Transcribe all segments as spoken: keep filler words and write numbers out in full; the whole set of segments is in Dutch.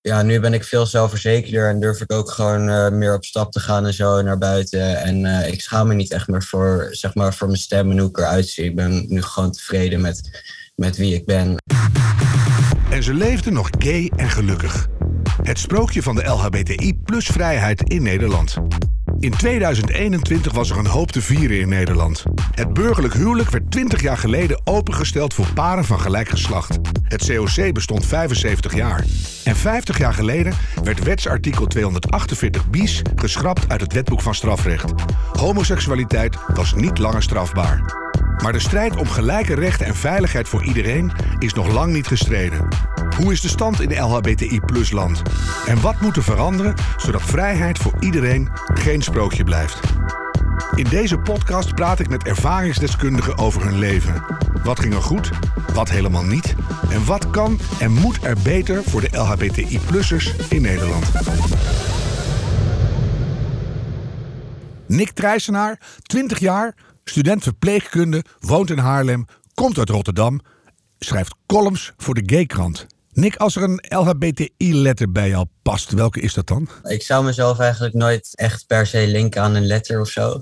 ja, nu ben ik veel zelfverzekerder en durf ik ook gewoon uh, meer op stap te gaan en zo naar buiten. En uh, ik schaam me niet echt meer voor, zeg maar, voor mijn stem en hoe ik eruit zie. Ik ben nu gewoon tevreden met, met wie ik ben. En ze leefden nog gay en gelukkig. Het sprookje van de L H B T I plus vrijheid in Nederland. In tweeduizend eenentwintig was er een hoop te vieren in Nederland. Het burgerlijk huwelijk werd twintig jaar geleden opengesteld voor paren van gelijk geslacht. Het C O C bestond vijfenzeventig jaar. En vijftig jaar geleden werd wetsartikel tweehonderdachtenveertig bis geschrapt uit het wetboek van strafrecht. Homoseksualiteit was niet langer strafbaar. Maar de strijd om gelijke rechten en veiligheid voor iedereen is nog lang niet gestreden. Hoe is de stand in L H B T I plus land? En wat moet er veranderen zodat vrijheid voor iedereen geen sprookje blijft? In deze podcast praat ik met ervaringsdeskundigen over hun leven. Wat ging er goed? Wat helemaal niet? En wat kan en moet er beter voor de L H B T I plussers in Nederland? Nick Trijsenaar, twintig jaar, student verpleegkunde, woont in Haarlem, komt uit Rotterdam, schrijft columns voor de Gaykrant. Nick, als er een L H B T I-letter bij jou past, welke is dat dan? Ik zou mezelf eigenlijk nooit echt per se linken aan een letter of zo.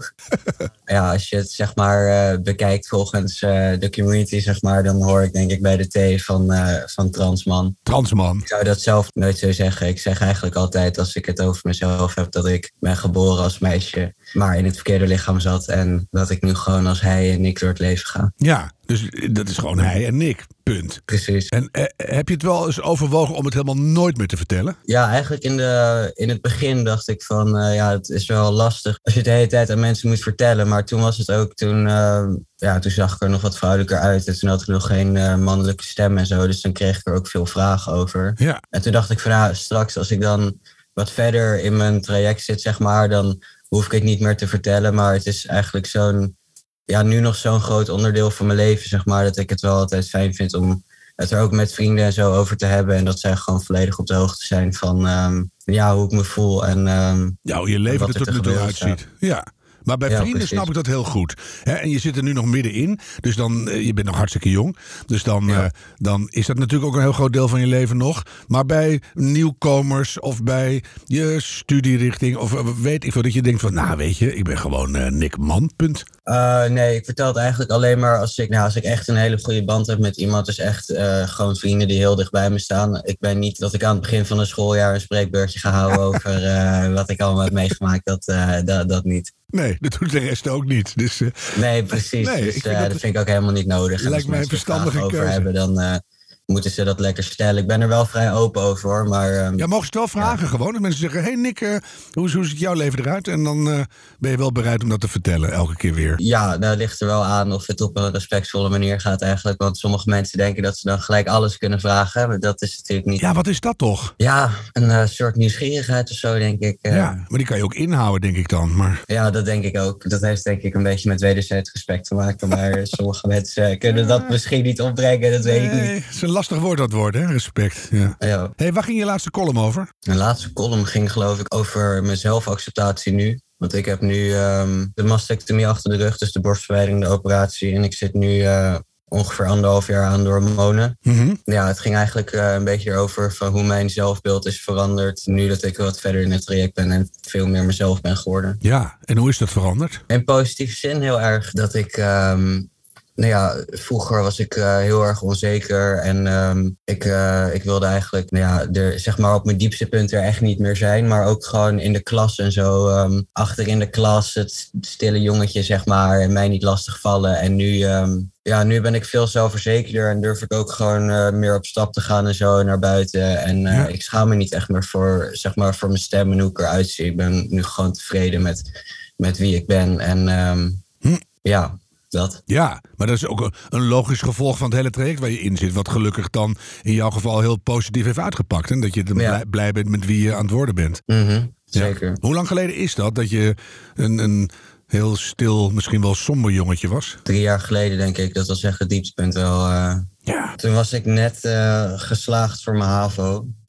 Ja, als je het zeg maar uh, bekijkt volgens uh, de community, zeg maar, dan hoor ik denk ik bij de T van, uh, van transman. Transman. Ik zou dat zelf nooit zo zeggen. Ik zeg eigenlijk altijd als ik het over mezelf heb dat ik ben geboren als meisje, maar in het verkeerde lichaam zat en dat ik nu gewoon als hij en Nick door het leven ga. Ja, dus dat is gewoon hij en Nick. Punt. Precies. En eh, heb je het wel eens overwogen om het helemaal nooit meer te vertellen? Ja, eigenlijk in, de, in het begin dacht ik van, uh, ja, het is wel lastig als je het de hele tijd aan mensen moet vertellen. Maar toen was het ook, toen, uh, ja, toen zag ik er nog wat vrouwelijker uit. En toen had ik nog geen uh, mannelijke stem en zo. Dus dan kreeg ik er ook veel vragen over. Ja. En toen dacht ik van, ja, straks als ik dan wat verder in mijn traject zit, zeg maar, dan hoef ik het niet meer te vertellen. Maar het is eigenlijk zo'n, ja, nu nog zo'n groot onderdeel van mijn leven, zeg maar, dat ik het wel altijd fijn vind om het er ook met vrienden en zo over te hebben. En dat zij gewoon volledig op de hoogte zijn van um, ja, hoe ik me voel. En, um, ja, hoe je leven er tot nu toe uitziet. Ja. Maar bij ja, vrienden precies. snap ik dat heel goed. He, en je zit er nu nog middenin. Dus dan, je bent nog hartstikke jong. Dus dan, ja. uh, dan is dat natuurlijk ook een heel groot deel van je leven nog. Maar bij nieuwkomers of bij je studierichting of weet ik veel, dat je denkt van, nou weet je, ik ben gewoon uh, Nick Man, punt. Uh, nee, ik vertel het eigenlijk alleen maar als ik, nou, als ik echt een hele goede band heb met iemand. Dus echt uh, gewoon vrienden die heel dicht bij me staan. Ik ben niet dat ik aan het begin van een schooljaar een spreekbeurtje ga houden over uh, wat ik allemaal heb meegemaakt. Dat, uh, dat, dat niet. Nee, dat doet de rest ook niet. Dus, uh, nee, precies. Nee, dus, ik vind uh, dat, dat vind ik ook helemaal niet nodig. Lijkt als mij een verstandige over keuze. Hebben, dan uh, moeten ze dat lekker stellen. Ik ben er wel vrij open over, hoor. Maar, um, ja, mogen ze het wel vragen ja. gewoon? Dat mensen zeggen, hé hey Nick, uh, hoe, hoe ziet jouw leven eruit? En dan uh, ben je wel bereid om dat te vertellen, elke keer weer. Ja, dat ligt er wel aan of het op een respectvolle manier gaat eigenlijk. Want sommige mensen denken dat ze dan gelijk alles kunnen vragen. Maar dat is natuurlijk niet. Ja, wat is dat toch? Ja, een uh, soort nieuwsgierigheid of zo, denk ik. Uh, ja, maar die kan je ook inhouden, denk ik dan. Maar... Ja, dat denk ik ook. Dat heeft denk ik een beetje met wederzijds respect te maken. Maar sommige mensen kunnen dat misschien niet opbrengen, dat weet nee, ik niet. Het is een lastig woord, dat woord, hè? Respect. Ja. Ja. Hey, waar ging je laatste column over? Mijn laatste column ging geloof ik over mijn zelfacceptatie nu. Want ik heb nu um, de mastectomie achter de rug, dus de borstverwijding, de operatie. En ik zit nu uh, ongeveer anderhalf jaar aan door hormonen. Mm-hmm. Ja, het ging eigenlijk uh, een beetje erover van hoe mijn zelfbeeld is veranderd. Nu dat ik wat verder in het traject ben en veel meer mezelf ben geworden. Ja, en hoe is dat veranderd? In positieve zin heel erg dat ik... Um, Nou ja, vroeger was ik uh, heel erg onzeker en um, ik, uh, ik wilde eigenlijk nou ja, er, zeg maar op mijn diepste punt er echt niet meer zijn. Maar ook gewoon in de klas en zo, um, achter in de klas, het stille jongetje zeg maar, en mij niet lastig vallen. En nu, um, ja, nu ben ik veel zelfverzekerder en durf ik ook gewoon uh, meer op stap te gaan en zo naar buiten. En uh, ja. ik schaam me niet echt meer voor, zeg maar, voor mijn stem en hoe ik eruit zie. Ik ben nu gewoon tevreden met, met wie ik ben en um, hm. ja... Dat. Ja, maar dat is ook een logisch gevolg van het hele traject waar je in zit. Wat gelukkig dan in jouw geval heel positief heeft uitgepakt. En dat je ja. blij, blij bent met wie je aan het worden bent. Mm-hmm, zeker. Ja. Hoe lang geleden is dat, dat je een, een heel stil, misschien wel somber jongetje was? Drie jaar geleden denk ik. Dat was echt het dieptepunt wel. Uh... Ja. Toen was ik net uh, geslaagd voor mijn HAVO.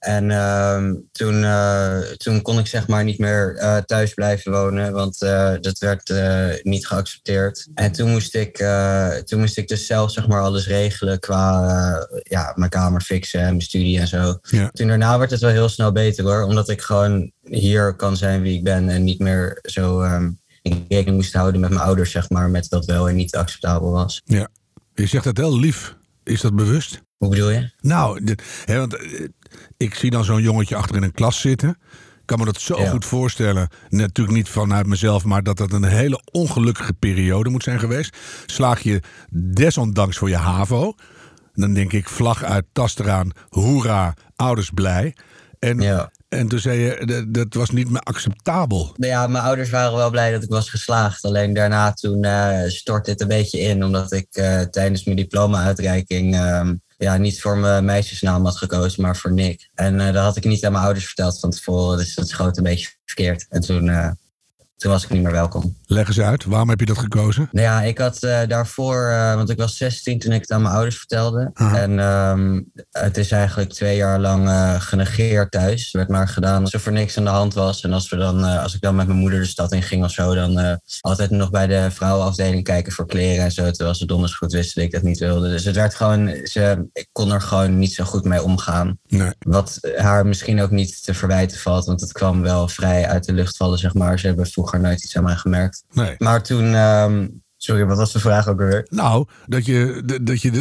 En uh, toen, uh, toen kon ik zeg maar niet meer uh, thuis blijven wonen, want uh, dat werd uh, niet geaccepteerd. En toen moest ik, uh, toen moest ik dus zelf zeg maar alles regelen qua uh, ja, mijn kamer fixen en mijn studie en zo. Ja. Toen daarna werd het wel heel snel beter hoor, omdat ik gewoon hier kan zijn wie ik ben en niet meer zo um, in rekening moest houden met mijn ouders zeg maar, met dat wel en niet acceptabel was. Ja, je zegt dat heel lief. Is dat bewust? Hoe bedoel je? Nou, de, hè, want uh, ik zie dan zo'n jongetje achter in een klas zitten. Ik kan me dat zo ja. goed voorstellen. Natuurlijk niet vanuit mezelf, maar dat dat een hele ongelukkige periode moet zijn geweest. Slaag je desondanks voor je HAVO. Dan denk ik, vlag uit, tas eraan, hoera, ouders blij. En, ja. en toen zei je, dat was niet meer acceptabel. Ja, mijn ouders waren wel blij dat ik was geslaagd. Alleen daarna toen uh, stortte het een beetje in. Omdat ik uh, tijdens mijn diploma-uitreiking Uh, ja, niet voor mijn meisjesnaam had gekozen, maar voor Nick. En uh, dat had ik niet aan mijn ouders verteld van tevoren. Dus dat schoot een beetje verkeerd. En toen, uh, toen was ik niet meer welkom. Leg eens uit, waarom heb je dat gekozen? Nou ja, ik had uh, daarvoor, uh, want ik was zestien toen ik het aan mijn ouders vertelde. Aha. En um, het is eigenlijk twee jaar lang uh, genegeerd thuis. Er werd maar gedaan alsof er niks aan de hand was. En als, we dan, uh, als ik dan met mijn moeder de stad in ging of zo, dan uh, altijd nog bij de vrouwenafdeling kijken voor kleren en zo. Terwijl ze donders goed wisten dat ik dat niet wilde. Dus het werd gewoon, ze, ik kon er gewoon niet zo goed mee omgaan. Nee. Wat haar misschien ook niet te verwijten valt, want het kwam wel vrij uit de lucht vallen, zeg maar. Ze hebben vroeger nooit iets aan mij gemerkt. Nee. Maar toen, um, sorry, wat was de vraag ook weer? Nou, dat je, de, dat je, de,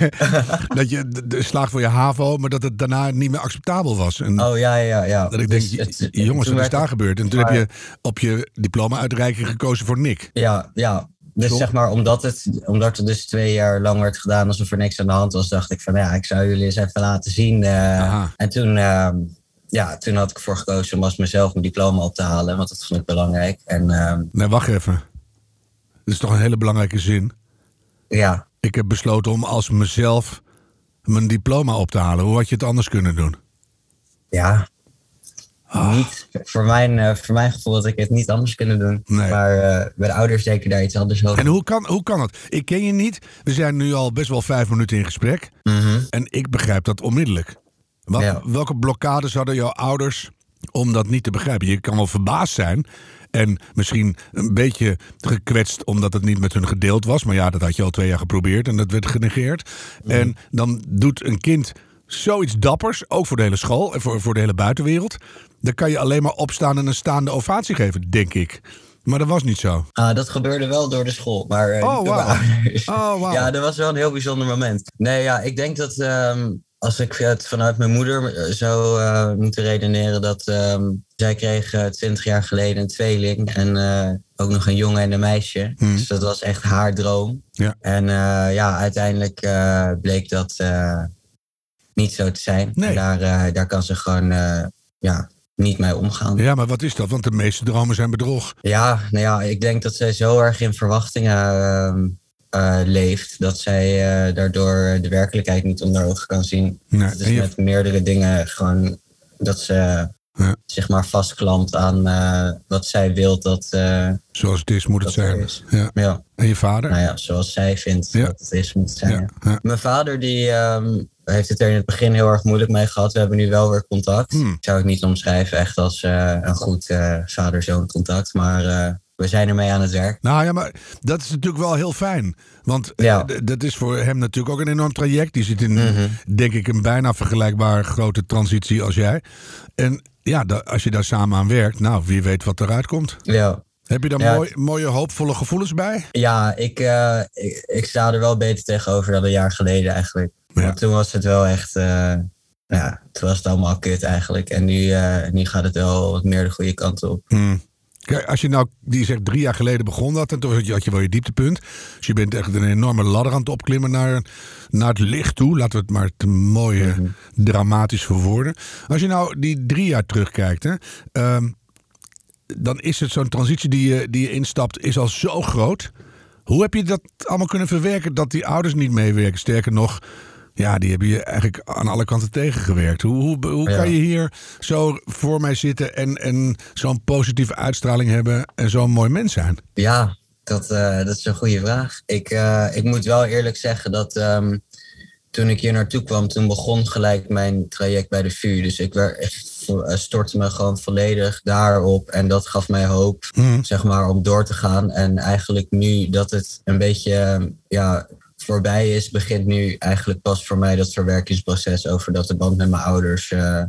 dat je de, de slaagt voor je HAVO, maar dat het daarna niet meer acceptabel was. En oh ja, ja, ja. Dat ik dus denk, het, jongens, wat is daar gebeurd? En toen maar, heb je op je diploma-uitreiking gekozen voor Nick. Ja, ja. Dus Zo? zeg maar, omdat het, omdat het dus twee jaar lang werd gedaan alsof er niks aan de hand was, dacht ik van ja, ik zou jullie eens even laten zien. Uh, en toen, uh, ja, toen had ik ervoor gekozen om als mezelf mijn diploma op te halen, want dat vond ik belangrijk. En, uh, nee, wacht even. Dat is toch een hele belangrijke zin. Ja. Ik heb besloten om als mezelf mijn diploma op te halen. Hoe had je het anders kunnen doen? Ja. Oh. Niet, voor, mijn, uh, voor mijn gevoel had ik het niet anders kunnen doen. Nee. Maar uh, bij de ouders denken daar iets anders over. En hoe kan, hoe kan het? Ik ken je niet. We zijn nu al best wel vijf minuten in gesprek. Mm-hmm. En ik begrijp dat onmiddellijk. Wat, ja. Welke blokkades hadden jouw ouders om dat niet te begrijpen? Je kan wel verbaasd zijn. En misschien een beetje gekwetst omdat het niet met hun gedeeld was. Maar ja, dat had je al twee jaar geprobeerd en dat werd genegeerd. Mm. En dan doet een kind zoiets dappers, ook voor de hele school en voor, voor de hele buitenwereld. Dan kan je alleen maar opstaan en een staande ovatie geven, denk ik. Maar dat was niet zo. Ah, dat gebeurde wel door de school. Maar, uh, oh, wow. oh, wow. Ja, dat was wel een heel bijzonder moment. Nee, ja, ik denk dat Um, als ik het vanuit mijn moeder zou uh, moeten redeneren, dat um, zij kreeg uh, twintig jaar geleden een tweeling en uh, ook nog een jongen en een meisje. Hmm. Dus dat was echt haar droom. Ja. En uh, ja, uiteindelijk uh, bleek dat uh, niet zo te zijn. Nee. En daar, uh, daar kan ze gewoon uh, ja, niet mee omgaan. Ja, maar wat is dat? Want de meeste dromen zijn bedrog. Ja, nou ja, ik denk dat zij zo erg in verwachtingen Uh, Uh, leeft, dat zij uh, daardoor de werkelijkheid niet onder ogen kan zien. Nee, het is je... met meerdere dingen gewoon dat ze ja. zich maar vastklampt aan uh, wat zij wil dat uh, zoals het is moet het zijn. Is. Ja. Ja. En je vader? Nou ja, zoals zij vindt ja. dat het is moet het zijn. Ja. Ja. Mijn vader die um, heeft het er in het begin heel erg moeilijk mee gehad. We hebben nu wel weer contact. Hmm. Ik zou het niet omschrijven echt als uh, een goed uh, vader-zoon contact, maar uh, we zijn ermee aan het werk. Nou ja, maar dat is natuurlijk wel heel fijn. Want ja. d- dat is voor hem natuurlijk ook een enorm traject. Die zit in, mm-hmm. denk ik, een bijna vergelijkbaar grote transitie als jij. En ja, da- als je daar samen aan werkt, nou, wie weet wat eruit komt. Ja. Heb je daar ja. mooi, mooie, hoopvolle gevoelens bij? Ja, ik, uh, ik, ik sta er wel beter tegenover dan een jaar geleden eigenlijk. Ja. Want toen was het wel echt Uh, ja, toen was het allemaal kut eigenlijk. En nu, uh, nu gaat het wel wat meer de goede kant op. Hmm. Kijk, als je nou, die zegt drie jaar geleden begon dat, en toen had je, had je wel je dieptepunt. Dus je bent echt een enorme ladder aan het opklimmen naar, naar het licht toe. Laten we het maar te mooi mm-hmm. dramatisch verwoorden. Als je nou die drie jaar terugkijkt, hè, um, dan is het zo'n transitie die je, die je instapt, is al zo groot. Hoe heb je dat allemaal kunnen verwerken dat die ouders niet meewerken? Sterker nog, ja, die hebben je eigenlijk aan alle kanten tegengewerkt. Hoe, hoe, hoe kan je hier zo voor mij zitten en, en zo'n positieve uitstraling hebben en zo'n mooi mens zijn? Ja, dat, uh, dat is een goede vraag. Ik, uh, ik moet wel eerlijk zeggen dat Um, toen ik hier naartoe kwam, toen begon gelijk mijn traject bij de V U. Dus ik werd echt, uh, stortte me gewoon volledig daarop. En dat gaf mij hoop, mm. zeg maar, om door te gaan. En eigenlijk nu dat het een beetje uh, ja, voorbij is, begint nu eigenlijk pas voor mij dat verwerkingsproces over dat de band met mijn ouders uh,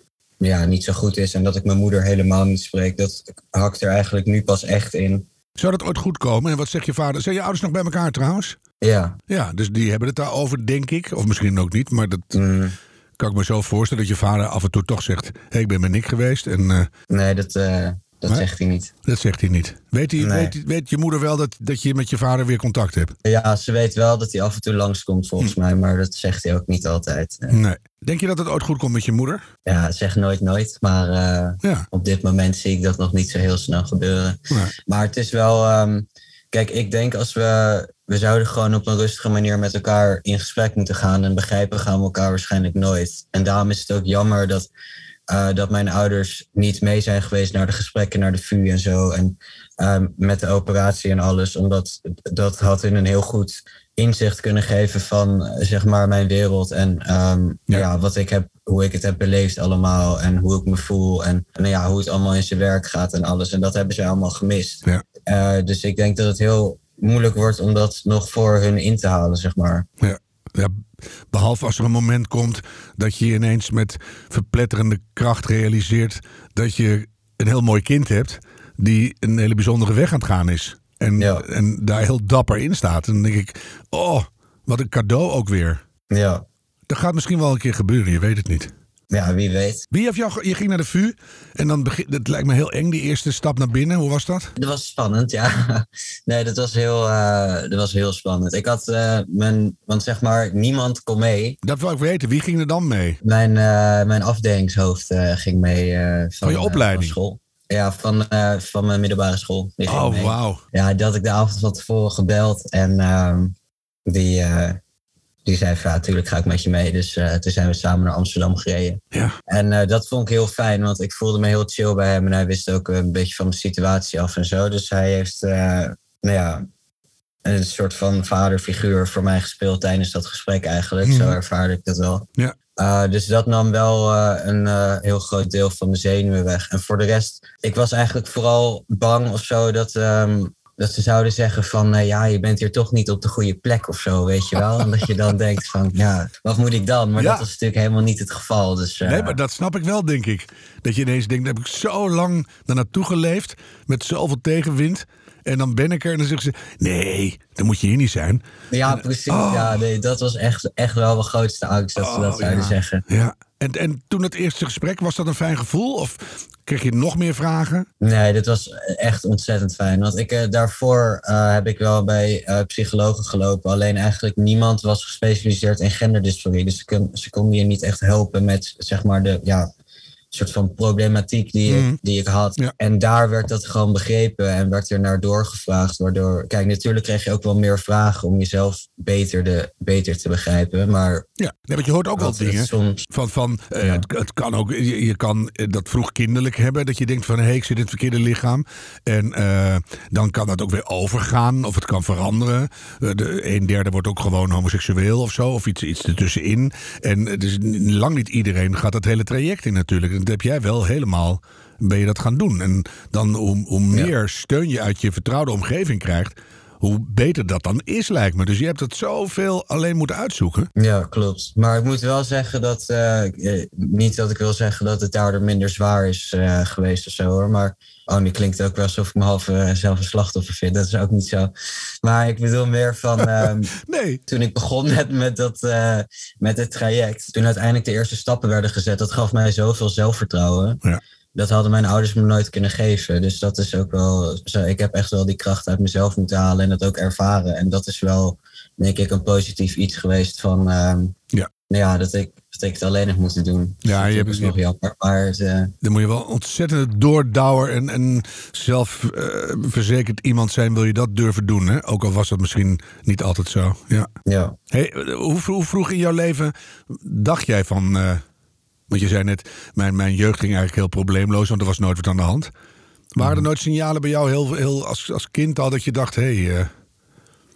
ja, niet zo goed is. En dat ik mijn moeder helemaal niet spreek. Dat hakt er eigenlijk nu pas echt in. Zou dat ooit goed komen? En wat zegt je vader? Zijn je ouders nog bij elkaar trouwens? Ja. Ja, dus die hebben het daarover, denk ik. Of misschien ook niet, maar dat mm. kan ik me zo voorstellen dat je vader af en toe toch zegt, hey, ik ben met Nick geweest. En, uh, nee, dat, uh, dat maar? zegt hij niet. Dat zegt hij niet. Weet, hij, nee. weet, weet je moeder wel dat, dat je met je vader weer contact hebt? Ja, ze weet wel dat hij af en toe langskomt volgens hm. mij, maar dat zegt hij ook niet altijd. Nee. nee. Denk je dat het ooit goed komt met je moeder? Ja, zeg nooit nooit. Maar uh, ja. op dit moment zie ik dat nog niet zo heel snel gebeuren. Nee. Maar het is wel... Um, kijk, ik denk als we... We zouden gewoon op een rustige manier met elkaar in gesprek moeten gaan. En begrijpen gaan we elkaar waarschijnlijk nooit. En daarom is het ook jammer dat, uh, dat mijn ouders niet mee zijn geweest naar de gesprekken, naar de V U en zo. En um, met de operatie en alles. Omdat dat had hun een heel goed inzicht kunnen geven van, zeg maar, mijn wereld. En um, ja. ja, wat ik heb, hoe ik het heb beleefd allemaal. En hoe ik me voel. En nou ja, hoe het allemaal in zijn werk gaat en alles. En dat hebben ze allemaal gemist. Ja. Uh, dus ik denk dat het heel moeilijk wordt om dat nog voor hun in te halen, zeg maar. Ja, ja, behalve als er een moment komt dat je ineens met verpletterende kracht realiseert dat je een heel mooi kind hebt die een hele bijzondere weg aan het gaan is. En, ja. en daar heel dapper in staat. En dan denk ik, oh, wat een cadeau ook weer. Ja. Dat gaat misschien wel een keer gebeuren, je weet het niet. Ja, wie weet. Wie heeft jou, je ging naar de V U en dan begin, het lijkt me heel eng, die eerste stap naar binnen. Hoe was dat? Dat was spannend, ja. Nee, dat was heel, uh, dat was heel spannend. Ik had uh, mijn, want zeg maar, niemand kon mee. Dat wil ik weten. Wie ging er dan mee? Mijn, uh, mijn afdelingshoofd uh, ging mee. Uh, van, van je opleiding? Uh, van school. Ja, van, uh, van mijn middelbare school. Die ging oh, mee. wauw. Ja, die had ik de avond van tevoren gebeld en uh, die... Uh, Die zei van, ja, natuurlijk ga ik met je mee. Dus uh, toen zijn we samen naar Amsterdam gereden. Ja. En uh, dat vond ik heel fijn, want ik voelde me heel chill bij hem. En hij wist ook een beetje van mijn situatie af en zo. Dus hij heeft, uh, nou ja, een soort van vaderfiguur voor mij gespeeld tijdens dat gesprek eigenlijk. Mm. Zo ervaarde ik dat wel. Ja. Uh, dus dat nam wel uh, een uh, heel groot deel van de zenuwen weg. En voor de rest, ik was eigenlijk vooral bang of zo dat... Um, Dat ze zouden zeggen van, uh, ja, je bent hier toch niet op de goede plek of zo, weet je wel. En dat je dan denkt van, ja, wat moet ik dan? Maar ja. dat was natuurlijk helemaal niet het geval. Dus, uh... Nee, maar dat snap ik wel, denk ik. Dat je ineens denkt, heb ik zo lang daar naartoe geleefd, met zoveel tegenwind. En dan ben ik er en dan zeggen ze, nee, dan moet je hier niet zijn. Ja, en, precies. Oh. Ja, nee, dat was echt, echt wel mijn grootste angst, dat oh, ze dat zouden ja. zeggen. Ja. En, en toen het eerste gesprek, was dat een fijn gevoel? Of kreeg je nog meer vragen? Nee, dit was echt ontzettend fijn. Want ik, uh, daarvoor uh, heb ik wel bij uh, psychologen gelopen. Alleen eigenlijk niemand was gespecialiseerd in genderdysforie. Dus ze, kon, ze konden je niet echt helpen met, zeg maar, de... ja, soort van problematiek die, mm. ik, die ik had. Ja. En daar werd dat gewoon begrepen en werd er naar doorgevraagd. Waardoor, kijk, natuurlijk kreeg je ook wel meer vragen om jezelf beter, de, beter te begrijpen. Maar ja, nee, want je hoort ook wel dingen soms... van, van uh, ja. het, het kan ook, je, je kan dat vroeg kinderlijk hebben, dat je denkt van, hé, hey, ik zit in het verkeerde lichaam. En uh, dan kan dat ook weer overgaan, of het kan veranderen. Uh, de een derde wordt ook gewoon homoseksueel of zo, of iets, iets ertussenin. En dus lang niet iedereen gaat dat hele traject in natuurlijk. Dat heb jij wel helemaal, ben je dat gaan doen. En dan hoe, hoe meer ja. steun je uit je vertrouwde omgeving krijgt, hoe beter dat dan is, lijkt me. Dus je hebt het zoveel alleen moeten uitzoeken. Ja, klopt. Maar ik moet wel zeggen dat, uh, niet dat ik wil zeggen dat het daardoor minder zwaar is uh, geweest of zo hoor. Maar, oh, nu klinkt het ook wel alsof ik me half uh, zelf een slachtoffer vind. Dat is ook niet zo. Maar ik bedoel meer van, um, nee. toen ik begon met, met, dat, uh, met het traject, toen uiteindelijk de eerste stappen werden gezet, dat gaf mij zoveel zelfvertrouwen. Ja. Dat hadden mijn ouders me nooit kunnen geven. Dus dat is ook wel... Ik heb echt wel die kracht uit mezelf moeten halen en dat ook ervaren. En dat is wel, denk ik, een positief iets geweest van... Um, ja. Nou ja, dat ik, dat ik het alleen heb moeten doen. Ja, dus je dat hebt is nog jammer. Maar het, uh... dan moet je wel ontzettend doordouwer en, en zelf uh, verzekerd iemand zijn, wil je dat durven doen. Hè? Ook al was dat misschien niet altijd zo. Ja. Ja. Hey, hoe, hoe vroeg in jouw leven dacht jij van... Uh, Want je zei net, mijn, mijn jeugd ging eigenlijk heel probleemloos, want er was nooit wat aan de hand. Waren er nooit signalen bij jou heel, heel als, als kind al dat je dacht, hé, hey, uh,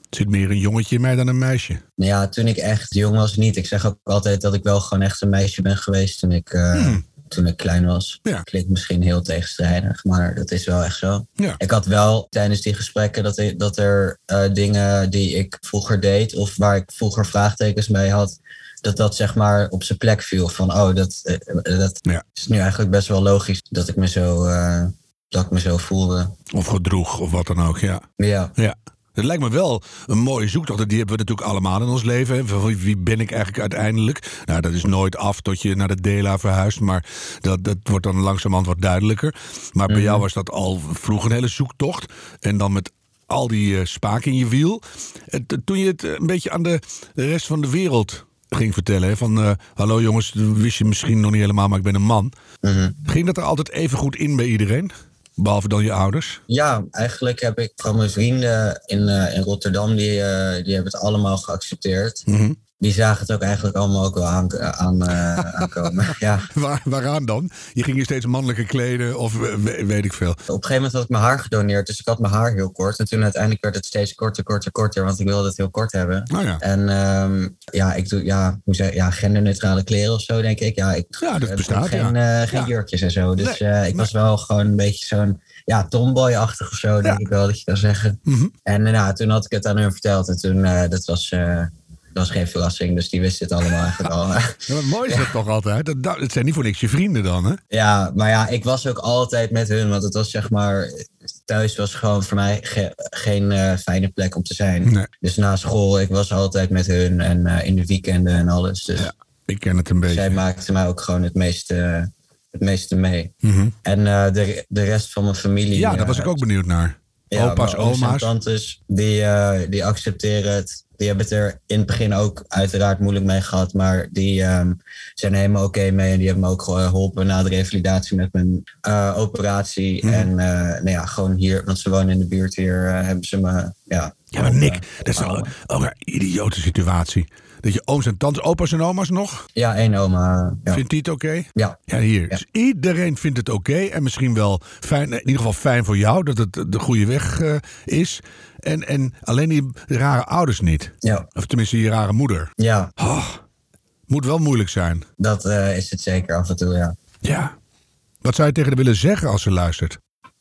Zit meer een jongetje in mij dan een meisje? Nou ja, toen ik echt jong was niet. Ik zeg ook altijd dat ik wel gewoon echt een meisje ben geweest toen ik, uh, hmm. toen ik klein was. Ja. Klinkt misschien heel tegenstrijdig, maar dat is wel echt zo. Ja. Ik had wel tijdens die gesprekken dat, ik, dat er uh, dingen die ik vroeger deed... of waar ik vroeger vraagtekens mee had... dat dat zeg maar op zijn plek viel. Van oh, dat, uh, dat ja. is nu eigenlijk best wel logisch dat ik me zo, uh, dat ik me zo voelde. Of gedroeg, of wat dan ook, ja. Ja. Ja. Het lijkt me wel een mooie zoektocht. Die hebben we natuurlijk allemaal in ons leven. Hè. Wie ben ik eigenlijk uiteindelijk? Nou, dat is nooit af tot je naar de Dela verhuist. Maar dat, dat wordt dan langzamerhand wat duidelijker. Maar bij mm-hmm. jou was dat al vroeg een hele zoektocht. En dan met al die uh, spaken in je wiel. En toen je het een beetje aan de, de rest van de wereld ging vertellen. Hè, van uh, hallo jongens, wist je misschien nog niet helemaal, maar ik ben een man. Mm-hmm. Ging dat er altijd even goed in bij iedereen? Behalve dan je ouders? Ja, eigenlijk heb ik van mijn vrienden in, uh, in Rotterdam, die, uh, die hebben het allemaal geaccepteerd. Mm-hmm. Die zagen het ook eigenlijk allemaal ook wel aan, aan, uh, aankomen. Ja. Waar, waaraan dan? Je ging je steeds mannelijker kleden of we, weet ik veel? Op een gegeven moment had ik mijn haar gedoneerd, dus ik had mijn haar heel kort. En toen uiteindelijk werd het steeds korter, korter, korter, want ik wilde het heel kort hebben. Oh ja. En um, ja, ik doe ja, hoe zeg, ja, genderneutrale kleren of zo, denk ik. Ja, ik ja dat bestaat, geen, ja. uh, geen ja. jurkjes en zo. Dus nee, uh, ik nee. was wel gewoon een beetje zo'n ja, tomboy-achtig of zo, denk ja. ik wel dat je kan zeggen. Mm-hmm. En uh, nou, toen had ik het aan hun verteld en toen, uh, dat was... Uh, Dat was geen verrassing, dus die wisten het allemaal eigenlijk al. Ja, wat mooi is dat ja. toch altijd? Dat, dat, het zijn niet voor niks je vrienden dan, hè? Ja, maar ja, ik was ook altijd met hun. Want het was zeg maar... Thuis was gewoon voor mij ge, geen uh, fijne plek om te zijn. Nee. Dus na school, ik was altijd met hun. En uh, in de weekenden en alles. Dus ja, ik ken het een beetje. Zij maakte mij ook gewoon het meeste, het meeste mee. Mm-hmm. En uh, de, de rest van mijn familie... Ja, daar was uh, ik ook benieuwd naar. Ja, Opa's, oma's. En tantes, die, uh, die accepteren het. Die hebben het er in het begin ook uiteraard moeilijk mee gehad. Maar die um, zijn er helemaal oké okay mee. En die hebben me ook geholpen na de revalidatie met mijn uh, operatie. Mm. En uh, nou ja, gewoon hier, want ze wonen in de buurt hier, uh, hebben ze me... Ja, ja maar Nick, uh, dat is wel ook een idiote situatie. Dat je ooms en tantes, opa's en oma's nog? Ja, één oma. Ja. Vindt die het oké? Okay? Ja. Ja, hier. Ja. Dus iedereen vindt het oké. Okay, en misschien wel fijn, in ieder geval fijn voor jou, dat het de goede weg uh, is. En, en alleen die rare ouders niet. Ja. Of tenminste die rare moeder. Ja. Oh, moet wel moeilijk zijn. Dat uh, is het zeker af en toe, ja. Ja. Wat zou je tegen haar willen zeggen als ze luistert?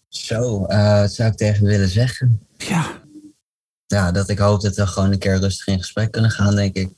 Zo, uh, wat zou ik tegen haar willen zeggen? Ja. Ja, dat ik hoop dat we gewoon een keer rustig in gesprek kunnen gaan, denk ik.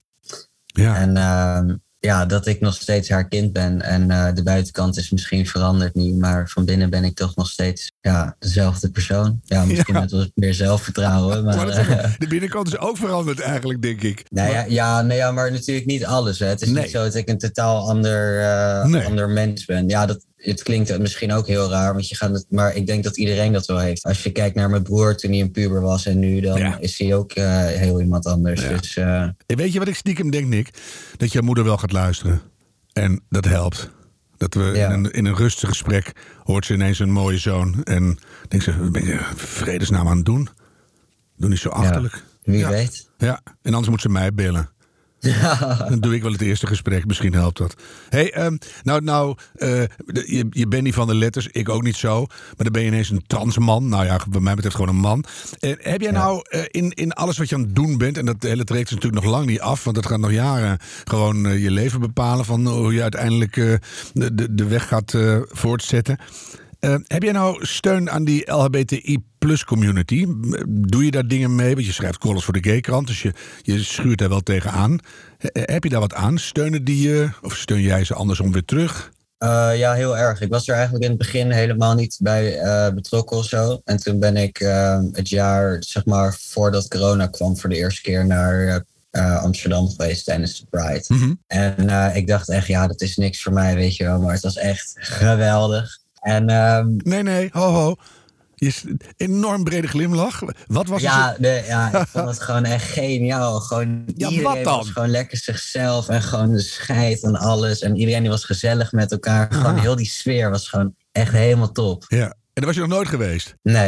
Ja. En uh, ja, dat ik nog steeds haar kind ben. En uh, de buitenkant is misschien veranderd nu. Maar van binnen ben ik toch nog steeds ja, dezelfde persoon. Ja, misschien ja. met wat meer zelfvertrouwen. Maar, maar uh, de binnenkant is ook veranderd eigenlijk, denk ik. Nou ja, maar... ja, nee, ja, maar natuurlijk niet alles. Hè. Het is nee. niet zo dat ik een totaal ander, uh, nee. ander mens ben. Ja, dat, het klinkt misschien ook heel raar. Want je gaat het, maar ik denk dat iedereen dat wel heeft. Als je kijkt naar mijn broer toen hij een puber was en nu, dan ja. is hij ook uh, heel iemand anders. Ja. Dus, uh... Weet je wat ik stiekem denk, Nick? Dat jouw moeder wel gaat luisteren. En dat helpt. Dat we ja. in, een, in een rustig gesprek hoort ze ineens een mooie zoon. En denkt ze, wat ben je vredesnaam aan het doen? Doe niet zo achterlijk. Ja, wie ja. weet. Ja, en anders moet ze mij bellen. Ja. Dan doe ik wel het eerste gesprek, misschien helpt dat. Hey, um, nou, nou uh, je, je bent niet van de letters, ik ook niet zo. Maar dan ben je ineens een transman. Nou ja, bij mij betreft gewoon een man. Uh, heb jij ja. nou uh, in, in alles wat je aan het doen bent... en dat hele traject is natuurlijk nog lang niet af... want dat gaat nog jaren gewoon uh, je leven bepalen... van hoe je uiteindelijk uh, de, de, de weg gaat uh, voortzetten... Uh, heb jij nou steun aan die L H B T I plus community? Doe je daar dingen mee? Want je schrijft columns voor de Gaykrant, dus je, je schuurt daar wel tegenaan. H- heb je daar wat aan? Steunen die je? Of steun jij ze andersom weer terug? Uh, ja, heel erg. Ik was er eigenlijk in het begin helemaal niet bij uh, betrokken of zo. En toen ben ik uh, het jaar, zeg maar, voordat corona kwam... voor de eerste keer naar uh, uh, Amsterdam geweest tijdens de Pride. Mm-hmm. En uh, ik dacht echt, ja, dat is niks voor mij, weet je wel. Maar het was echt geweldig. En, um, nee, nee, ho, ho. Je is een enorm brede glimlach. Wat was ja, het? Nee, ja, ik vond het gewoon echt geniaal. Gewoon ja, iedereen was gewoon lekker zichzelf en gewoon de scheid en alles. En iedereen die was gezellig met elkaar. Gewoon Aha. heel die sfeer was gewoon echt helemaal top. Ja, en daar was je nog nooit geweest? Nee.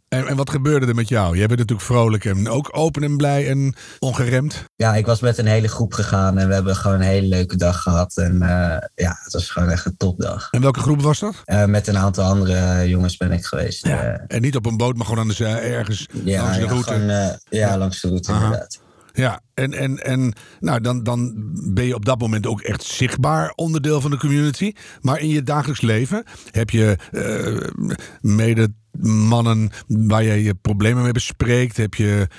En, en wat gebeurde er met jou? Jij bent natuurlijk vrolijk en ook open en blij en ongeremd. Ja, ik was met een hele groep gegaan en we hebben gewoon een hele leuke dag gehad. En uh, ja, het was gewoon echt een topdag. En welke groep was dat? Uh, met een aantal andere jongens ben ik geweest. Ja. Uh, en niet op een boot, maar gewoon aan de zij, ergens ja, langs de ja, route. Gewoon, uh, ja, ja, langs de route Aha. inderdaad. Ja, en, en, en nou, dan, dan ben je op dat moment ook echt zichtbaar onderdeel van de community. Maar in je dagelijks leven heb je uh, mede mannen waar je je problemen mee bespreekt. Heb je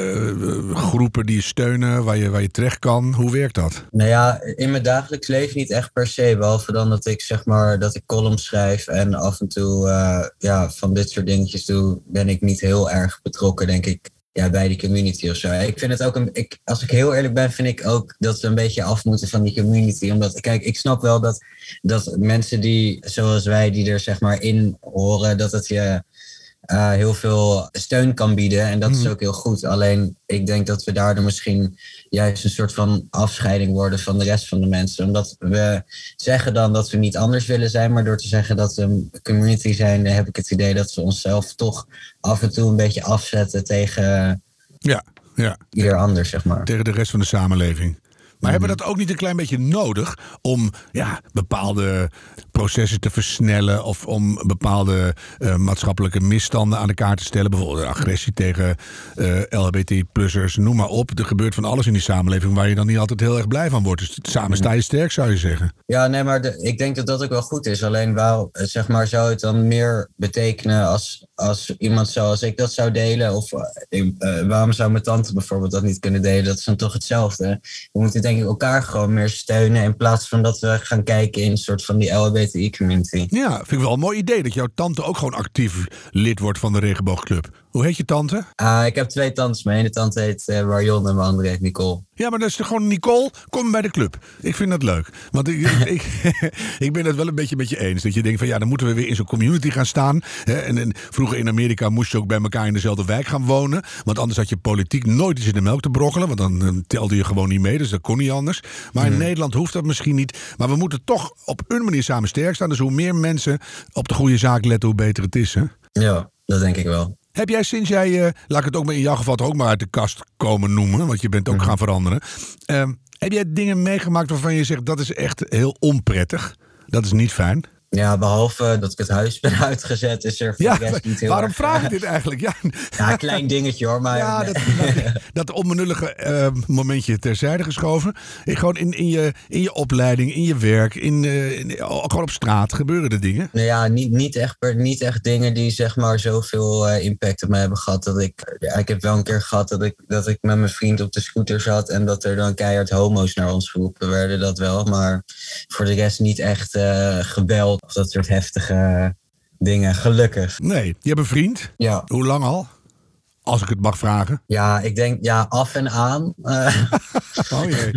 uh, groepen die je steunen, waar je, waar je terecht kan. Hoe werkt dat? Nou ja, in mijn dagelijks leven niet echt per se. Behalve dan dat ik zeg maar dat ik columns schrijf en af en toe uh, ja, van dit soort dingetjes doe, ben ik niet heel erg betrokken, denk ik. Ja, bij die community of zo. Ik vind het ook, een, ik, als ik heel eerlijk ben, vind ik ook dat we een beetje af moeten van die community. Omdat, kijk, ik snap wel dat, dat mensen die, zoals wij, die er zeg maar in horen, dat het je uh, heel veel steun kan bieden. En dat mm. is ook heel goed. Alleen, ik denk dat we daardoor misschien juist een soort van afscheiding worden van de rest van de mensen. Omdat we zeggen dan dat we niet anders willen zijn, maar door te zeggen dat we een community zijn, heb ik het idee dat we onszelf toch af en toe een beetje afzetten tegen ja, ja. ieder ander, zeg maar. Tegen de rest van de samenleving. Maar mm-hmm. hebben we dat ook niet een klein beetje nodig om ja, bepaalde processen te versnellen of om bepaalde uh, maatschappelijke misstanden aan de kaart te stellen? Bijvoorbeeld agressie tegen uh, L H B T I plussers, noem maar op. Er gebeurt van alles in die samenleving waar je dan niet altijd heel erg blij van wordt. Dus samen sta je sterk, zou je zeggen. Ja, nee, maar de, ik denk dat dat ook wel goed is. Alleen waar, zeg maar, zou het dan meer betekenen als, als iemand zoals ik dat zou delen? Of uh, waarom zou mijn tante bijvoorbeeld dat niet kunnen delen? Dat is dan toch hetzelfde. We moeten denk ik elkaar gewoon meer steunen in plaats van dat we gaan kijken in een soort van die L H B T I community. Ja, vind ik wel een mooi idee dat jouw tante ook gewoon actief lid wordt van de Regenboogclub. Hoe heet je tante? Uh, ik heb twee tantes. Mijn ene tante heet uh, Marion en mijn andere heet Nicole. Ja, maar dat is gewoon Nicole, kom bij de club. Ik vind dat leuk. Want ik, ik, ik ben het wel een beetje met je eens. Dat je denkt van ja, dan moeten we weer in zo'n community gaan staan. Hè? En, en vroeger in Amerika moest je ook bij elkaar in dezelfde wijk gaan wonen. Want anders had je politiek nooit iets in de melk te brokkelen. Want dan uh, telde je gewoon niet mee, dus dat kon niet anders. Maar in hmm. Nederland hoeft dat misschien niet. Maar we moeten toch op een manier samen sterk staan. Dus hoe meer mensen op de goede zaak letten, hoe beter het is. Hè? Ja, dat denk ik wel. Heb jij sinds jij, uh, laat ik het ook maar in jouw geval ook maar uit de kast komen noemen, want je bent ook mm-hmm. gaan veranderen. Uh, heb jij dingen meegemaakt waarvan je zegt dat is echt heel onprettig? Dat is niet fijn? Ja, behalve dat ik het huis ben uitgezet, is er voor ja, de rest niet heel waarom erg... vraag ik dit eigenlijk? Ja, ja, een klein dingetje hoor, maar... Ja, dat, dat, dat onbenullige uh, momentje terzijde geschoven. Gewoon in, in, je, in je opleiding, in je werk, in, uh, in, gewoon op straat gebeuren er dingen? Nou ja, niet, niet, echt, niet echt dingen die zeg maar zoveel uh, impact op mij hebben gehad. Dat ik, ja, ik heb wel een keer gehad dat ik, dat ik met mijn vriend op de scooter zat en dat er dan keihard homo's naar ons geroepen werden, dat wel. Maar voor de rest niet echt uh, gebeld. Of dat soort heftige dingen, gelukkig. Nee, je hebt een vriend? Ja. Hoe lang al? Als ik het mag vragen. Ja, ik denk, ja, af en aan. Uh, oh jee.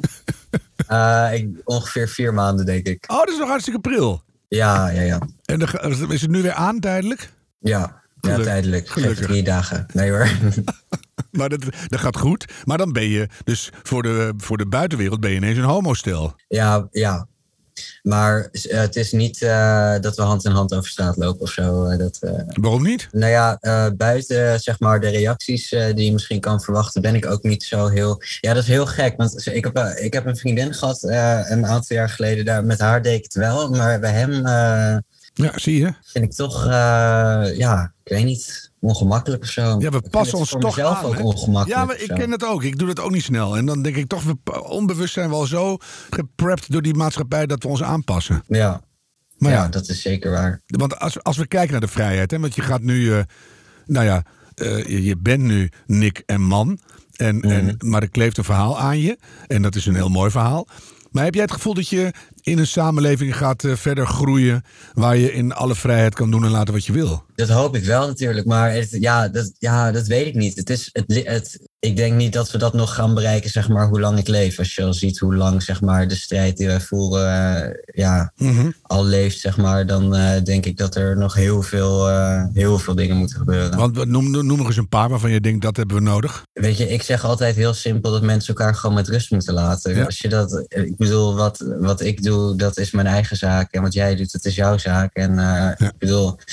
uh, ik, ongeveer vier maanden, denk ik. Oh, dat is nog hartstikke pril. Ja, ja, ja. En de, is het nu weer aan, tijdelijk? Ja, ja tijdelijk. Gelukkig. Drie dagen. Nee hoor. Maar dat, dat gaat goed. Maar dan ben je, dus voor de, voor de buitenwereld ben je ineens een homostel. Ja, ja. Maar uh, het is niet uh, dat we hand in hand over straat lopen of zo. Uh, dat, uh, Waarom niet? Nou ja, uh, buiten zeg maar de reacties uh, die je misschien kan verwachten, ben ik ook niet zo heel... Ja, dat is heel gek, want ik heb, uh, ik heb een vriendin gehad uh, een aantal jaar geleden. Daar, met haar deed ik het wel, maar bij hem... Uh, ja, zie je. Vind ik toch, uh, ja, ik weet niet, ongemakkelijk of zo. Ja, we passen ons toch aan. Ook ongemakkelijk. Ja, maar ik ken het ook. Ik doe dat ook niet snel. En dan denk ik toch, we, onbewust zijn we al zo geprept door die maatschappij dat we ons aanpassen. Ja, maar ja, ja, dat is zeker waar. Want als, als we kijken naar de vrijheid, hè, want je gaat nu, uh, nou ja, uh, je, je bent nu Nick en man. En, mm. en, maar er kleeft een verhaal aan je. En dat is een heel mooi verhaal. Maar heb jij het gevoel dat je in een samenleving gaat uh, verder groeien, waar je in alle vrijheid kan doen en laten wat je wil? Dat hoop ik wel natuurlijk, maar het, ja, dat, ja, dat weet ik niet. Het is, het, het, ik denk niet dat we dat nog gaan bereiken, zeg maar, hoe lang ik leef. Als je al ziet hoe lang, zeg maar, de strijd die wij voeren uh, ja, mm-hmm. al leeft, zeg maar, dan uh, denk ik dat er nog heel veel, uh, heel veel dingen moeten gebeuren. Want noem, noem nog eens een paar waarvan je denkt, dat hebben we nodig. Weet je, ik zeg altijd heel simpel dat mensen elkaar gewoon met rust moeten laten. Ja. Als je dat, ik bedoel, wat, wat ik doe, dat is mijn eigen zaak. En wat jij doet, dat is jouw zaak. En uh, ja. ik bedoel,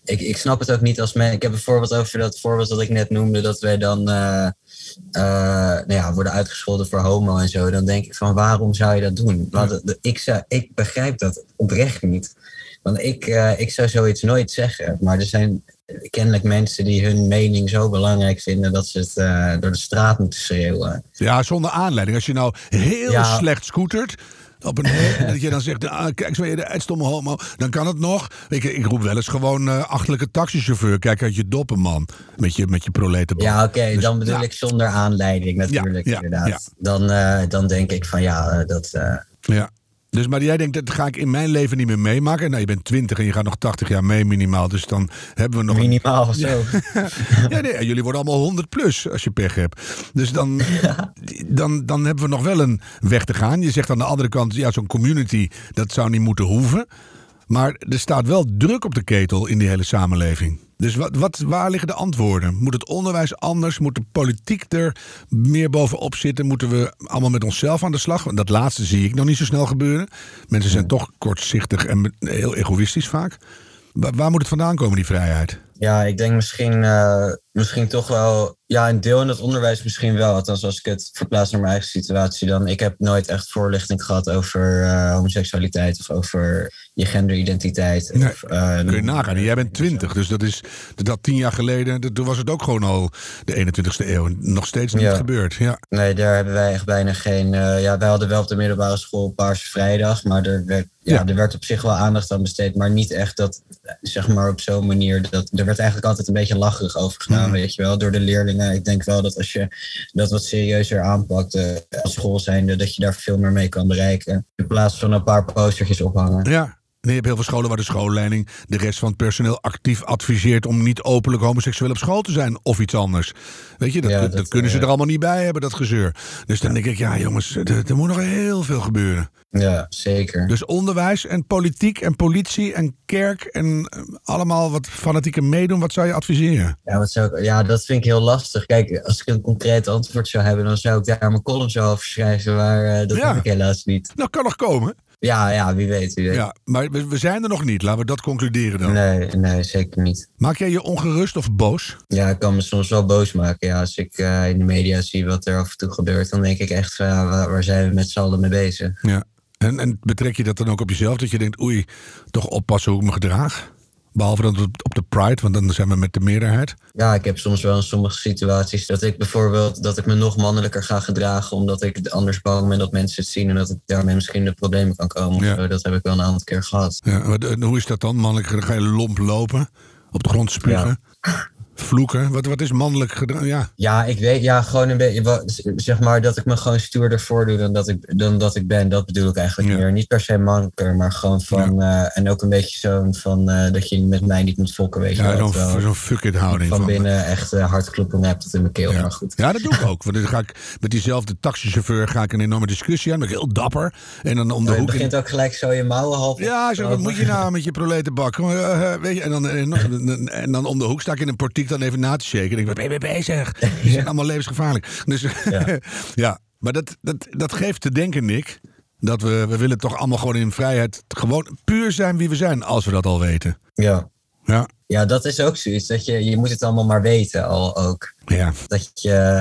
ik, ik snap het ook niet als men... Ik heb bijvoorbeeld over dat voorbeeld dat ik net noemde... dat wij dan uh, uh, nou ja, worden uitgescholden voor homo en zo. Dan denk ik van, waarom zou je dat doen? Want de, de, ik, zou, ik begrijp dat oprecht niet. Want ik, uh, ik zou zoiets nooit zeggen. Maar er zijn kennelijk mensen die hun mening zo belangrijk vinden... dat ze het uh, door de straat moeten schreeuwen. Ja, zonder aanleiding. Als je nou heel ja. slecht scootert... Op een dat je dan zegt, ah, kijk eens, ben je de uitstomme homo, dan kan het nog. Ik, ik roep wel eens gewoon uh, achterlijke taxichauffeur. Kijk uit je doppen, man. Met je, met je proletenband. Ja, oké, okay, dus, dan bedoel ja. ik zonder aanleiding natuurlijk, ja, ja, inderdaad. Ja. Dan, uh, dan denk ik van ja, dat... Uh... Ja. Dus, maar jij denkt, dat ga ik in mijn leven niet meer meemaken. Nou, je bent twintig en je gaat nog tachtig jaar mee minimaal. Dus dan hebben we nog... Minimaal, een... zo. ja, nee, jullie worden allemaal honderd plus als je pech hebt. Dus dan, ja. dan, dan hebben we nog wel een weg te gaan. Je zegt aan de andere kant, ja, zo'n community, dat zou niet moeten hoeven. Maar er staat wel druk op de ketel in die hele samenleving. Dus wat, wat, waar liggen de antwoorden? Moet het onderwijs anders? Moet de politiek er meer bovenop zitten? Moeten we allemaal met onszelf aan de slag? Want dat laatste zie ik nog niet zo snel gebeuren. Mensen zijn toch kortzichtig en heel egoïstisch vaak. Waar, waar moet het vandaan komen, die vrijheid? Ja, ik denk misschien, uh, misschien toch wel... Ja, een deel in het onderwijs misschien wel. Althans, als ik het verplaats naar mijn eigen situatie dan. Ik heb nooit echt voorlichting gehad over uh, homoseksualiteit of over je genderidentiteit. Nee, of, uh, kun je nagaan. Jij bent twintig, dus dat is dat tien jaar geleden. Toen was het ook gewoon al de eenentwintigste eeuw. Nog steeds niet ja. gebeurd. Ja. Nee, daar hebben wij echt bijna geen... Uh, ja, wij hadden wel op de middelbare school Paarse Vrijdag, maar er werd, ja, ja. er werd op zich wel aandacht aan besteed. Maar niet echt dat, zeg maar op zo'n manier... Dat, er werd eigenlijk altijd een beetje lacherig over gedaan, mm. weet je wel, door de leerlingen. Ik denk wel dat als je dat wat serieuzer aanpakt uh, als school zijnde, dat je daar veel meer mee kan bereiken. In plaats van een paar postertjes ophangen. Ja. Nee, je hebt heel veel scholen waar de schoolleiding de rest van het personeel actief adviseert om niet openlijk homoseksueel op school te zijn of iets anders. Weet je, dat, ja, dat, dat kunnen uh, ze er allemaal niet bij hebben, dat gezeur. Dus dan ja. denk ik, ja jongens, er, er moet nog heel veel gebeuren. Ja, zeker. Dus onderwijs en politiek en politie en kerk en allemaal wat fanatieke meedoen, wat zou je adviseren? Ja, wat zou ik, ja, dat vind ik heel lastig. Kijk, als ik een concreet antwoord zou hebben, dan zou ik daar mijn column zo over schrijven, maar uh, dat ja. heb ik helaas niet. Nou, kan nog komen. Ja, ja, wie weet, wie weet. Ja, maar we, we zijn er nog niet. Laten we dat concluderen dan. Nee, nee, zeker niet. Maak jij je ongerust of boos? Ja, ik kan me soms wel boos maken. Ja, als ik uh, in de media zie wat er af en toe gebeurt, dan denk ik echt van, ja, waar, waar zijn we met z'n allen mee bezig? Ja, en, en betrek je dat dan ook op jezelf? Dat je denkt, oei, toch oppassen hoe ik me gedraag? Behalve dan op de Pride, want dan zijn we met de meerderheid. Ja, ik heb soms wel in sommige situaties dat ik bijvoorbeeld dat ik me nog mannelijker ga gedragen, omdat ik anders bang ben dat mensen het zien en dat ik daarmee misschien de problemen kan komen. Ja. Of zo. Dat heb ik wel een aantal keer gehad. Ja, en hoe is dat dan? Mannelijk, ga je lomp lopen, op de grond spugen? Ja. Vloeken? Wat, wat is mannelijk gedrag? Ja. ja, ik weet, ja, gewoon een beetje, zeg maar, dat ik me gewoon stoerder voordoe dan dat ik, dan dat ik ben. Dat bedoel ik eigenlijk ja. meer. Niet per se mannelijker, maar gewoon van, ja. uh, en ook een beetje zo'n van, uh, dat je met mij niet moet fokken, weet je ja, wel. Zo'n, zo'n fuck-it houding. Van, van binnen echt uh, hartklopping heb tot in mijn keel, ja. maar goed. Ja, dat doe ik ook. Want dan ga ik met diezelfde taxichauffeur ga ik een enorme discussie aan. Dan ben ik heel dapper. En dan om de ja, hoek. Je begint in... ook gelijk zo je mouwen half. Ja, zo, wat moet je nou met je proletenbak? Uh, uh, weet je, en dan, en, dan, en dan om de hoek sta ik in een portiek dan even na te shaken. En ik ben, ben je bezig? Die zijn allemaal levensgevaarlijk. Dus ja, ja maar dat, dat, dat geeft te denken, Nick, dat we, we willen toch allemaal gewoon in vrijheid gewoon puur zijn wie we zijn, als we dat al weten. Ja. Ja. Ja, dat is ook zoiets. Dat je, je moet het allemaal maar weten al ook. Ja. Dat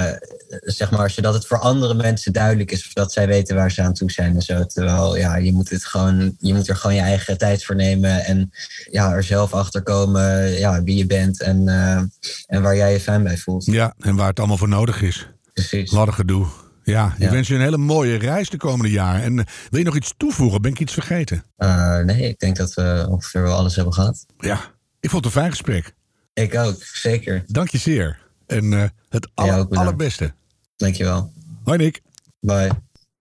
je, zeg maar, zodat het voor andere mensen duidelijk is of dat zij weten waar ze aan toe zijn en zo. Terwijl, ja, je moet het gewoon, je moet er gewoon je eigen tijd voor nemen en ja, er zelf achter komen, ja, wie je bent en, uh, en waar jij je fijn bij voelt. Ja, en waar het allemaal voor nodig is. Precies. Ladder gedoe. Ja, ik ja. wens je een hele mooie reis de komende jaren. En uh, wil je nog iets toevoegen? Ben ik iets vergeten? Uh, nee, ik denk dat we ongeveer wel alles hebben gehad. Ja, ik vond het een fijn gesprek. Ik ook, zeker. Dank je zeer. En uh, het aller, ja, allerbeste. Dank je wel. Hoi Nick. Bye.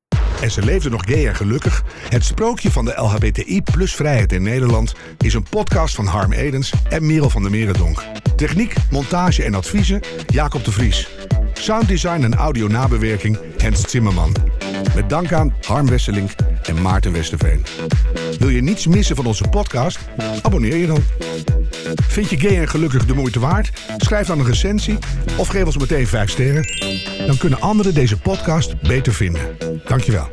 En ze leefde nog gay en gelukkig. Het sprookje van de L H B T I plus vrijheid in Nederland is een podcast van Harm Edens en Merel van der Merendonk. Techniek, montage en adviezen Jacob de Vries. Sounddesign en audio nabewerking Hens Zimmerman. Met dank aan Harm Wesselink en Maarten Westerveen. Wil je niets missen van onze podcast? Abonneer je dan. Vind je gay en gelukkig de moeite waard? Schrijf dan een recensie of geef ons meteen vijf sterren. Dan kunnen anderen deze podcast beter vinden. Dankjewel.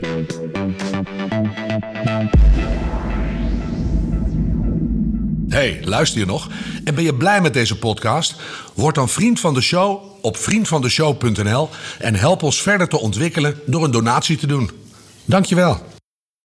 Hey, luister je nog? En ben je blij met deze podcast? Word dan vriend van de show op vriend van de show punt n l en help ons verder te ontwikkelen door een donatie te doen. Dankjewel.